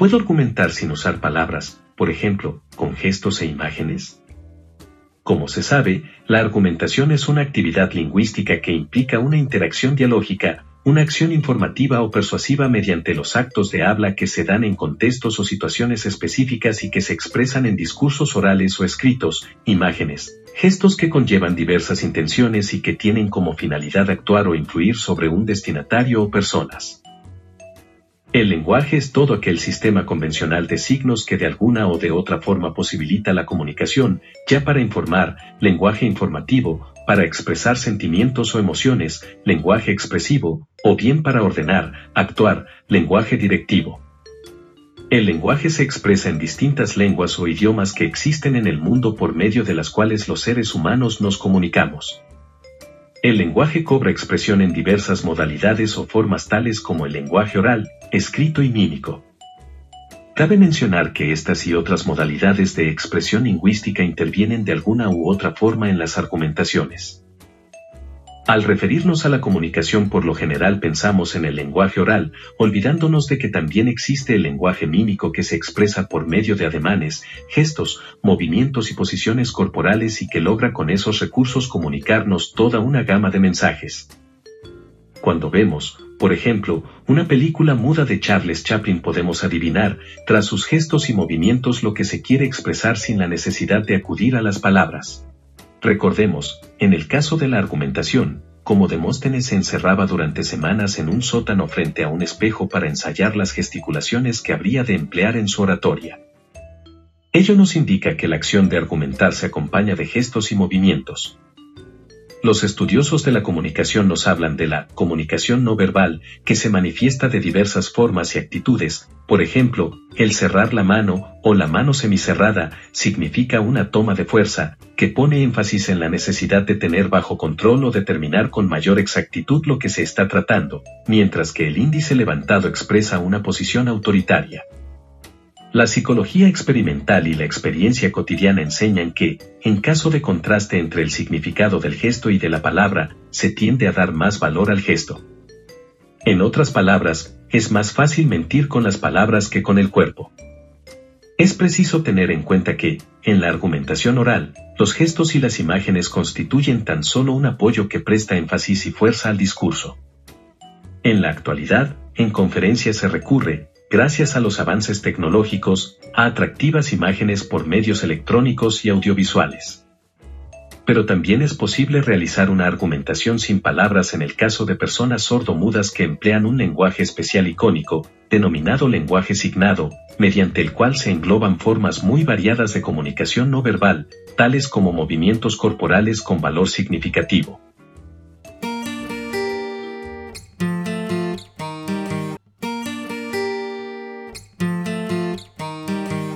¿Puedo argumentar sin usar palabras, por ejemplo, con gestos e imágenes? Como se sabe, la argumentación es una actividad lingüística que implica una interacción dialógica, una acción informativa o persuasiva mediante los actos de habla que se dan en contextos o situaciones específicas y que se expresan en discursos orales o escritos, imágenes, gestos que conllevan diversas intenciones y que tienen como finalidad actuar o influir sobre un destinatario o personas. El lenguaje es todo aquel sistema convencional de signos que de alguna o de otra forma posibilita la comunicación, ya para informar, lenguaje informativo, para expresar sentimientos o emociones, lenguaje expresivo, o bien para ordenar, actuar, lenguaje directivo. El lenguaje se expresa en distintas lenguas o idiomas que existen en el mundo por medio de las cuales los seres humanos nos comunicamos. El lenguaje cobra expresión en diversas modalidades o formas tales como el lenguaje oral, escrito y mímico. Cabe mencionar que estas y otras modalidades de expresión lingüística intervienen de alguna u otra forma en las argumentaciones. Al referirnos a la comunicación por lo general pensamos en el lenguaje oral, olvidándonos de que también existe el lenguaje mímico que se expresa por medio de ademanes, gestos, movimientos y posiciones corporales y que logra con esos recursos comunicarnos toda una gama de mensajes. Cuando vemos, por ejemplo, una película muda de Charles Chaplin podemos adivinar, tras sus gestos y movimientos lo que se quiere expresar sin la necesidad de acudir a las palabras. Recordemos, en el caso de la argumentación, como Demóstenes se encerraba durante semanas en un sótano frente a un espejo para ensayar las gesticulaciones que habría de emplear en su oratoria. Ello nos indica que la acción de argumentar se acompaña de gestos y movimientos. Los estudiosos de la comunicación nos hablan de la comunicación no verbal, que se manifiesta de diversas formas y actitudes. Por ejemplo, el cerrar la mano o la mano semicerrada significa una toma de fuerza, que pone énfasis en la necesidad de tener bajo control o determinar con mayor exactitud lo que se está tratando, mientras que el índice levantado expresa una posición autoritaria. La psicología experimental y la experiencia cotidiana enseñan que, en caso de contraste entre el significado del gesto y de la palabra, se tiende a dar más valor al gesto. En otras palabras, es más fácil mentir con las palabras que con el cuerpo. Es preciso tener en cuenta que, en la argumentación oral, los gestos y las imágenes constituyen tan solo un apoyo que presta énfasis y fuerza al discurso. En la actualidad, en conferencias se recurre, gracias a los avances tecnológicos, a atractivas imágenes por medios electrónicos y audiovisuales. Pero también es posible realizar una argumentación sin palabras en el caso de personas sordomudas que emplean un lenguaje especial icónico, denominado lenguaje signado, mediante el cual se engloban formas muy variadas de comunicación no verbal, tales como movimientos corporales con valor significativo.